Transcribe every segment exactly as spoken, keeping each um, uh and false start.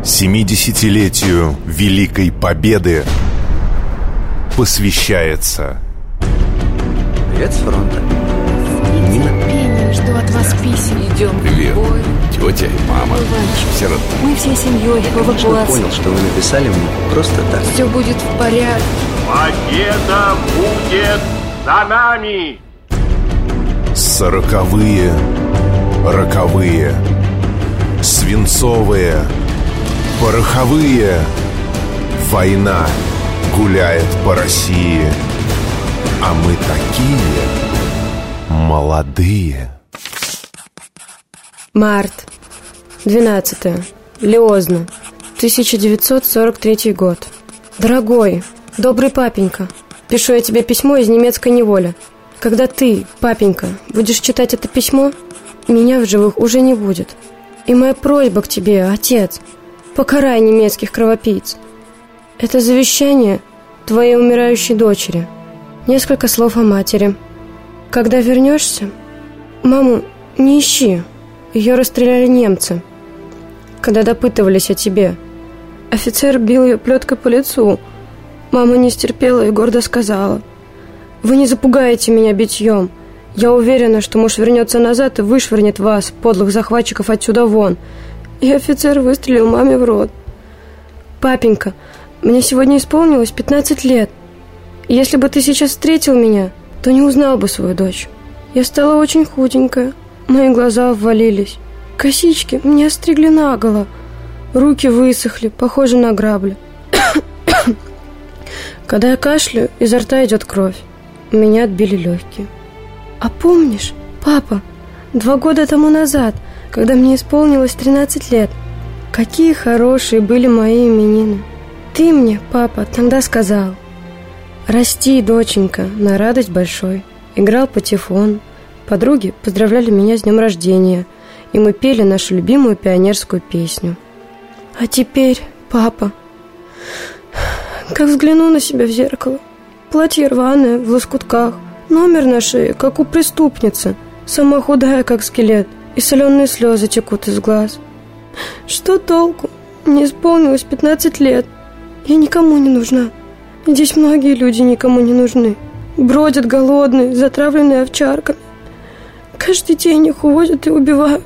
семидесятилетию Великой Победы посвящается. Привет с фронта. Нетерпением жду от вас писем. Идем. Привет, тетя и мама. Все рады. Мы всей семьей в эвакуации. Я понял, что вы написали мне просто так. Все будет в порядке. Победа будет за нами! Сороковые, роковые, свинцовые, пороховые. Война гуляет по России, а мы такие молодые. Март. двенадцатое. Лиозна. тысяча девятьсот сорок третий год. Дорогой, добрый папенька, пишу я тебе письмо из немецкой неволи. Когда ты, папенька, будешь читать это письмо, меня в живых уже не будет. И моя просьба к тебе, отец, покарай немецких кровопийц. Это завещание твоей умирающей дочери. Несколько слов о матери. Когда вернешься, маму не ищи. Ее расстреляли немцы, когда допытывались о тебе. Офицер бил ее плеткой по лицу. Мама не стерпела и гордо сказала: «Вы не запугаете меня битьем. Я уверена, что муж вернется назад и вышвырнет вас, подлых захватчиков, отсюда вон». И офицер выстрелил маме в рот. Папенька, мне сегодня исполнилось пятнадцать лет. И если бы ты сейчас встретил меня, то не узнал бы свою дочь. Я стала очень худенькая. Мои глаза ввалились. Косички мне остригли наголо. Руки высохли, похожи на грабли. Когда я кашляю, изо рта идет кровь. Меня отбили легкие. А помнишь, папа, два года тому назад, когда мне исполнилось тринадцать лет, какие хорошие были мои именины. Ты мне, папа, тогда сказал: «Расти, доченька, на радость большой». Играл патефон. Подруги поздравляли меня с днем рождения, и мы пели нашу любимую пионерскую песню. А теперь, папа, как взгляну на себя в зеркало, платье рваное, в лоскутках, номер на шее, как у преступницы, сама худая, как скелет, и соленые слезы текут из глаз. Что толку? Мне исполнилось пятнадцать лет. Я никому не нужна. Здесь многие люди никому не нужны. Бродят голодные, затравленные овчарками. Каждый день их увозят и убивают.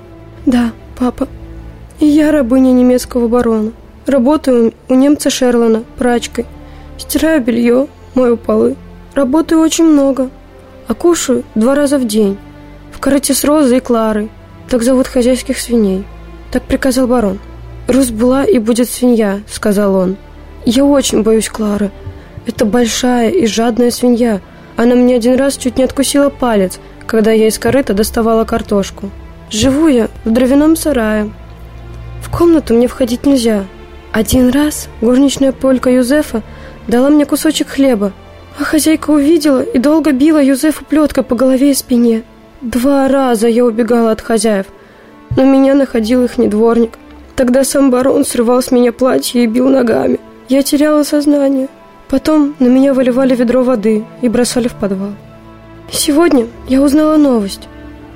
Да, папа, и я рабыня немецкого барона. Работаю у немца Шерлана прачкой. Стираю белье, мою полы. Работаю очень много, а кушаю два раза в день. В корыте с Розой и Кларой. Так зовут хозяйских свиней. Так приказал барон. «Рус была и будет свинья», — сказал он. Я очень боюсь Клары. Это большая и жадная свинья. Она мне один раз чуть не откусила палец, когда я из корыта доставала картошку. Живу я в дровяном сарае. В комнату мне входить нельзя. Один раз горничная Полька Юзефа дала мне кусочек хлеба, а хозяйка увидела и долго била Юзефу плеткой по голове и спине. Два раза я убегала от хозяев, но меня находил ихний дворник. Тогда сам барон срывал с меня платье и бил ногами. Я теряла сознание. Потом на меня выливали ведро воды и бросали в подвал. Сегодня я узнала новость.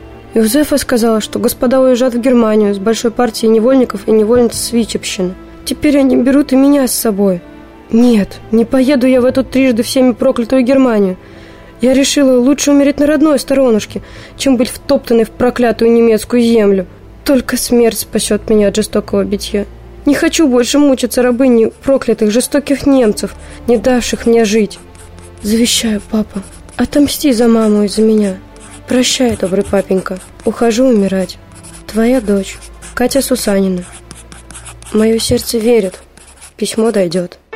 Юзефа сказала, что господа уезжают в Германию с большой партией невольников и невольниц с Витебщины. Теперь они берут и меня с собой. Нет, не поеду я в эту трижды всеми проклятую Германию. Я решила лучше умереть на родной сторонушке, чем быть втоптанной в проклятую немецкую землю. Только смерть спасет меня от жестокого битья. Не хочу больше мучиться рабыней проклятых жестоких немцев, не давших мне жить. Завещаю, папа, отомсти за маму и за меня. Прощай, добрый папенька, ухожу умирать. Твоя дочь, Катя Сусанина. Мое сердце верит, письмо дойдет.